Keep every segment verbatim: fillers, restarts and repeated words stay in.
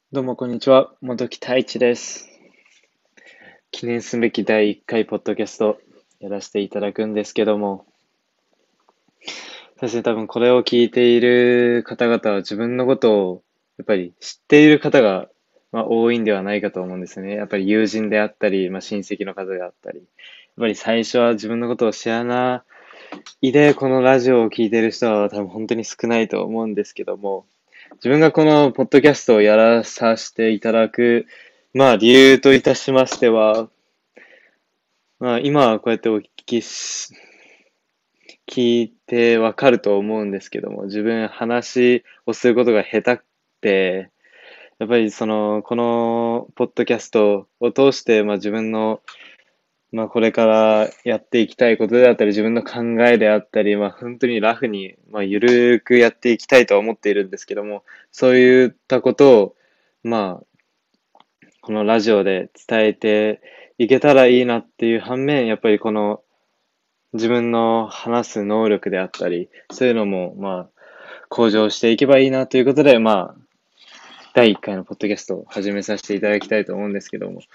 どうもこんにちは。元木太一です。記念すべきだいいっかいポッドキャストやらせていただくんですけども、そうですね、多分これを聞いている方々は自分のことをやっぱり知っている方が、まあ、多いんではないかと思うんですね。やっぱり友人であったり、まあ、親戚の方であったり、やっぱり最初は自分のことを知らないで、このラジオを聞いている人は多分本当に少ないと思うんですけども、自分がこのポッドキャストをやらさせていただく、まあ理由といたしましては、まあ今はこうやってお聞きし、聞いてわかると思うんですけども、自分話をすることが下手くて、やっぱりその、このポッドキャストを通して、まあ自分の、まあこれからやっていきたいことであったり、自分の考えであったり、まあ本当にラフに、まあゆるくやっていきたいとは思っているんですけども、そういったことを、まあこのラジオで伝えていけたらいいなっていう反面、やっぱりこの自分の話す能力であったり、そういうのも、まあ、向上していけばいいなということで、まあ、だいいっかいのポッドキャストを始めさせていただきたいと思うんですけども、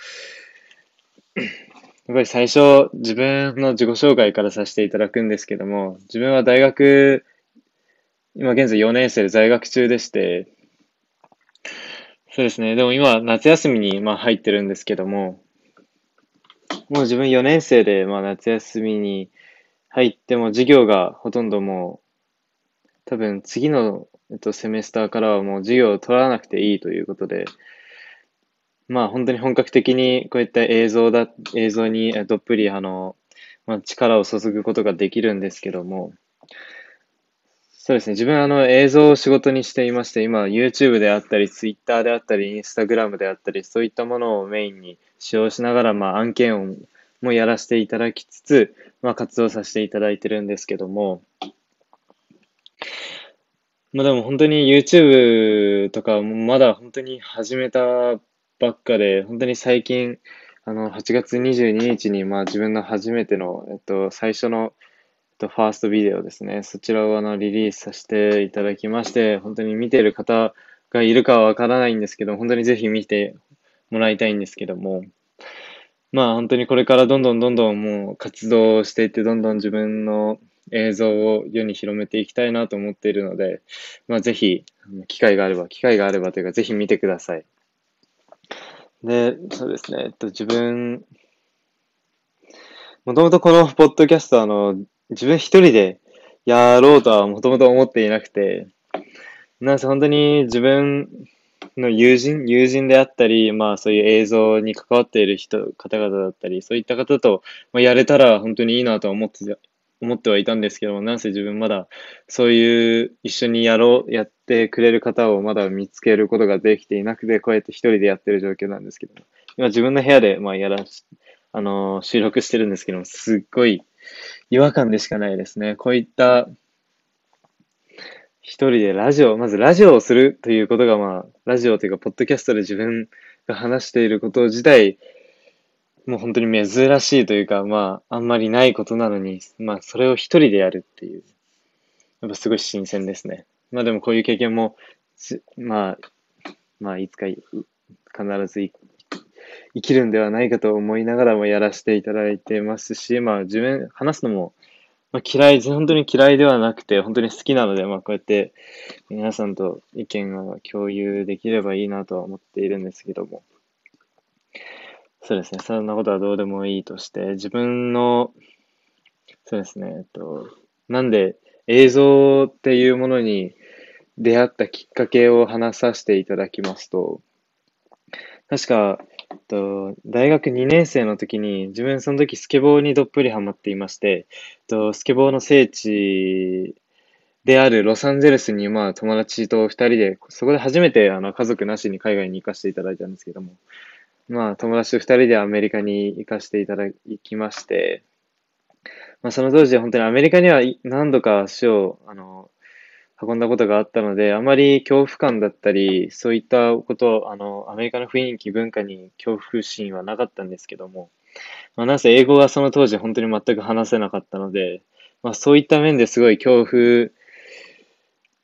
やっぱり最初、自分の自己紹介からさせていただくんですけども、自分は大学、今現在よねん生で在学中でして、そうですね、でも今夏休みにまあ入ってるんですけども、もう自分よねん生でまあ夏休みに入っても授業がほとんどもう、多分次の、えっと、セメスターからはもう授業を取らなくていいということで、まあ本当に本格的にこういった映像だ、映像にえどっぷりあの、まあ、力を注ぐことができるんですけども、そうですね、自分はあの映像を仕事にしていまして、今 YouTube であったり、Twitter であったり、Instagram であったり、そういったものをメインに使用しながら、まあ案件をもやらせていただきつつ、まあ活動させていただいてるんですけども、まあでも本当に YouTube とかもまだ本当に始めたばっかで、本当に最近、あの、はちがつにじゅうににちにちに、まあ自分の初めての、えっと、最初の、えっと、ファーストビデオですね。そちらをあの、リリースさせていただきまして、本当に見てる方がいるかはわからないんですけど、本当にぜひ見てもらいたいんですけども、まあ本当にこれからどんどんどんどんもう活動していって、どんどん自分の映像を世に広めていきたいなと思っているので、まあぜひ、機会があれば、機会があればというか、ぜひ見てください。で、そうですね、えっと、自分、もともとこのポッドキャストは、あの、自分一人でやろうとはもともと思っていなくて、なんせ本当に自分の友人、友人であったり、まあそういう映像に関わっている人、方々だったり、そういった方と、まあ、やれたら本当にいいなとは思ってた、思ってはいたんですけども、なんせ自分まだそういう一緒にやろう、やってくれる方をまだ見つけることができていなくて、こうやって一人でやってる状況なんですけども、今自分の部屋でまあやらし、あのー収録してるんですけども、すっごい違和感でしかないですね。こういった一人でラジオ、まずラジオをするということが、まあ、ラジオというか、ポッドキャストで自分が話していること自体、もう本当に珍しいというか、まあ、あんまりないことなのに、まあ、それを一人でやるっていう、やっぱすごい新鮮ですね。まあでもこういう経験も、まあ、まあ、いつか必ず生きるんではないかと思いながらもやらせていただいてますし、まあ、自分、話すのも、まあ、嫌い、本当に嫌いではなくて、本当に好きなので、まあ、こうやって皆さんと意見を共有できればいいなとは思っているんですけども、そうですね、そんなことはどうでもいいとして、自分の、そうですね、えっと、なんで映像っていうものに出会ったきっかけを話させていただきますと、確か、えっと、大学にねん生の時に、自分その時スケボーにどっぷりハマっていまして、えっと、スケボーの聖地であるロサンゼルスに、まあ、友達と二人で、そこで初めて、あの、家族なしに海外に行かせていただいたんですけども、まあ、友達と二人でアメリカに行かせていただきまして、まあ、その当時、本当にアメリカにはい何度か足を、あの、運んだことがあったので、あまり恐怖感だったり、そういったこと、あの、アメリカの雰囲気、文化に恐怖心はなかったんですけども、まあ、なんせ英語がその当時本当に全く話せなかったので、まあ、そういった面ですごい恐怖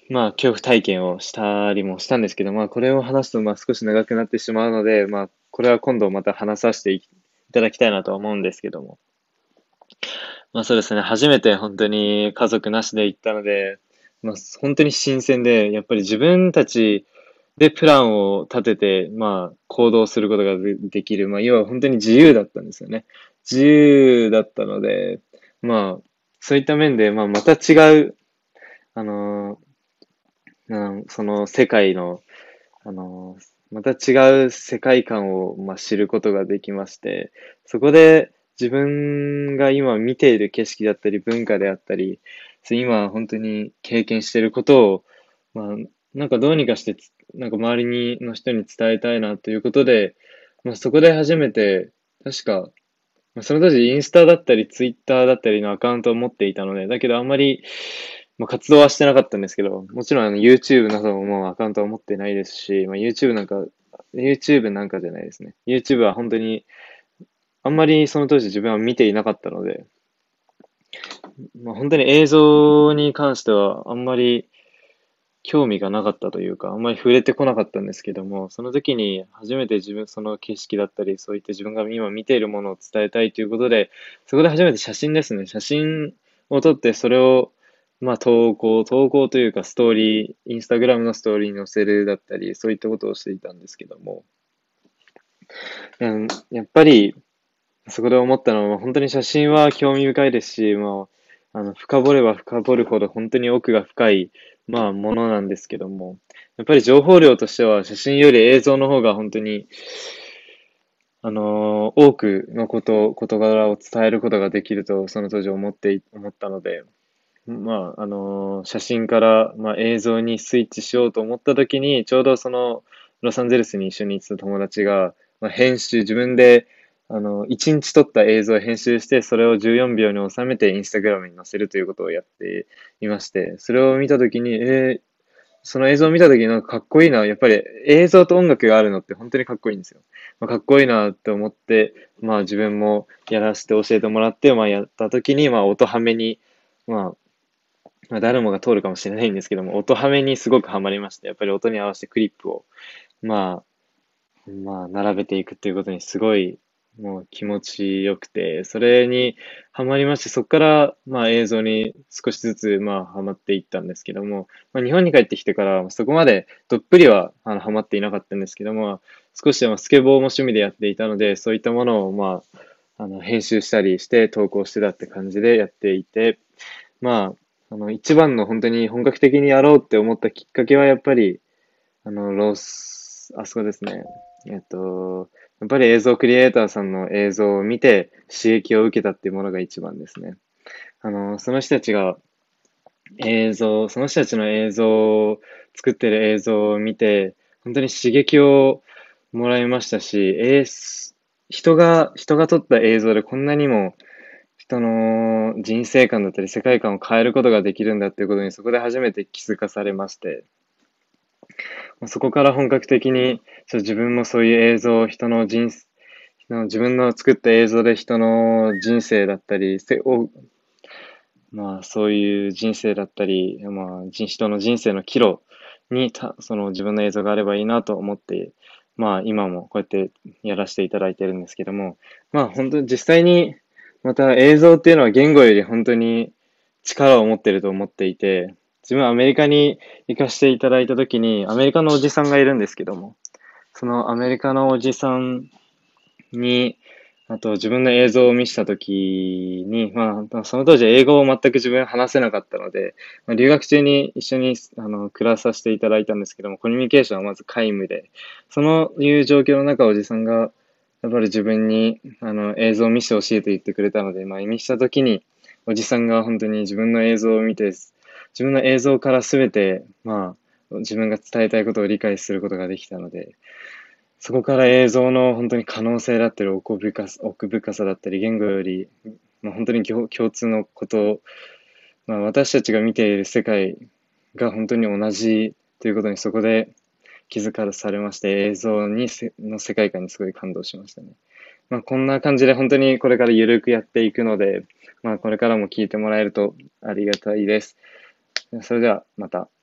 まあ、恐怖体験をしたりもしたんですけど、まあ、これを話すと、まあ、少し長くなってしまうので、まあ、これは今度また話させていただきたいなとは思うんですけども。まあ、そうですね。初めて本当に家族なしで行ったので、まあ、本当に新鮮で、やっぱり自分たちでプランを立てて、まあ、行動することがでできる。まあ、要は本当に自由だったんですよね。自由だったので、まあ、そういった面で、まあ、また違う、あのうん、その世界の、あの、また違う世界観を、まあ、知ることができまして、そこで自分が今見ている景色だったり文化であったり、そう今本当に経験していることを、まあ、なんかどうにかしてつ、なんか周りにの人に伝えたいなということで、まあ、そこで初めて、確か、まあ、その当時インスタだったりツイッターだったりのアカウントを持っていたので、だけどあんまり、まあ、活動はしてなかったんですけど、もちろんあの YouTube などももうアカウントは持ってないですし、まあ、YouTube なんか、YouTube なんかじゃないですね。YouTube は本当に、あんまりその当時自分は見ていなかったので、まあ、本当に映像に関してはあんまり興味がなかったというか、あんまり触れてこなかったんですけども、その時に初めて自分、その景色だったり、そういった自分が今見ているものを伝えたいということで、そこで初めて写真ですね。写真を撮って、それを、まあ投稿、投稿というかストーリー、インスタグラムのストーリーに載せるだったり、そういったことをしていたんですけども、うん、やっぱり、そこで思ったのは、本当に写真は興味深いですし、まあ、あの、深掘れば深掘るほど本当に奥が深い、まあ、ものなんですけども、やっぱり情報量としては写真より映像の方が本当に、あのー多くのこと、事柄を伝えることができると、その当時思ってい、思ったので、まあ、あのー写真から、まあ、映像にスイッチしようと思った時に、ちょうどその、ロサンゼルスに一緒に行ってた友達が、まあ、編集、自分で、あの、いちにち撮った映像を編集して、それをじゅうよんびょうに収めてインスタグラムに載せるということをやっていまして、それを見た時に、えーその映像を見た時になんかかっこいいな、やっぱり映像と音楽があるのって本当にかっこいいんですよ。まあ、かっこいいなって思って、まあ自分もやらせて教えてもらって、まあやった時に、まあ音ハメに、まあまあ、誰もが通るかもしれないんですけども、音ハメにすごくハマりまして、やっぱり音に合わせてクリップを、まあ、まあ、並べていくっていうことにすごい、もう気持ちよくて、それにハマりまして、そこから、まあ映像に少しずつ、まあハマっていったんですけども、まあ日本に帰ってきてから、そこまでどっぷりは、あの、ハマっていなかったんですけども、少しでもスケボーも趣味でやっていたので、そういったものを、まあ、あの、編集したりして投稿してたって感じでやっていて、まあ、あの、一番の本当に本格的にやろうって思ったきっかけはやっぱり、あの、ロス、あそこですね。えっと、やっぱり映像クリエイターさんの映像を見て刺激を受けたっていうものが一番ですね。あの、その人たちが映像、その人たちの映像を作ってる映像を見て、本当に刺激をもらいましたし、えー人が、人が撮った映像でこんなにも人の人生観だったり世界観を変えることができるんだっていうことにそこで初めて気づかされまして、そこから本格的にちょ自分もそういう映像、人の人生、自分の作った映像で人の人生だったり、せをまあそういう人生だったり、まあ人人の人生の岐路にたその自分の映像があればいいなと思って、まあ今もこうやってやらせていただいてるんですけども、まあ本当に実際にまた映像っていうのは言語より本当に力を持ってると思っていて、自分はアメリカに行かせていただいたときに、アメリカのおじさんがいるんですけども、そのアメリカのおじさんに、あと自分の映像を見せたときに、まあ、その当時英語を全く自分話せなかったので、まあ、留学中に一緒にあの暮らさせていただいたんですけども、コミュニケーションはまず皆無で、そのいう状況の中、おじさんが、やっぱり自分にあの映像を見せてほしいと言ってくれたので、まあ、見せたときに、おじさんが本当に自分の映像を見て、自分の映像からすべて、まあ、自分が伝えたいことを理解することができたので、そこから映像の本当に可能性だったり奥深さ、奥深さだったり、言語より、まあ、本当に共共通のことを、まあ、私たちが見ている世界が本当に同じということにそこで気づかされまして、映像にせの世界観にすごい感動しましたね。まあ、こんな感じで本当にこれからゆるくやっていくので、まあ、これからも聞いてもらえるとありがたいです。それではまた。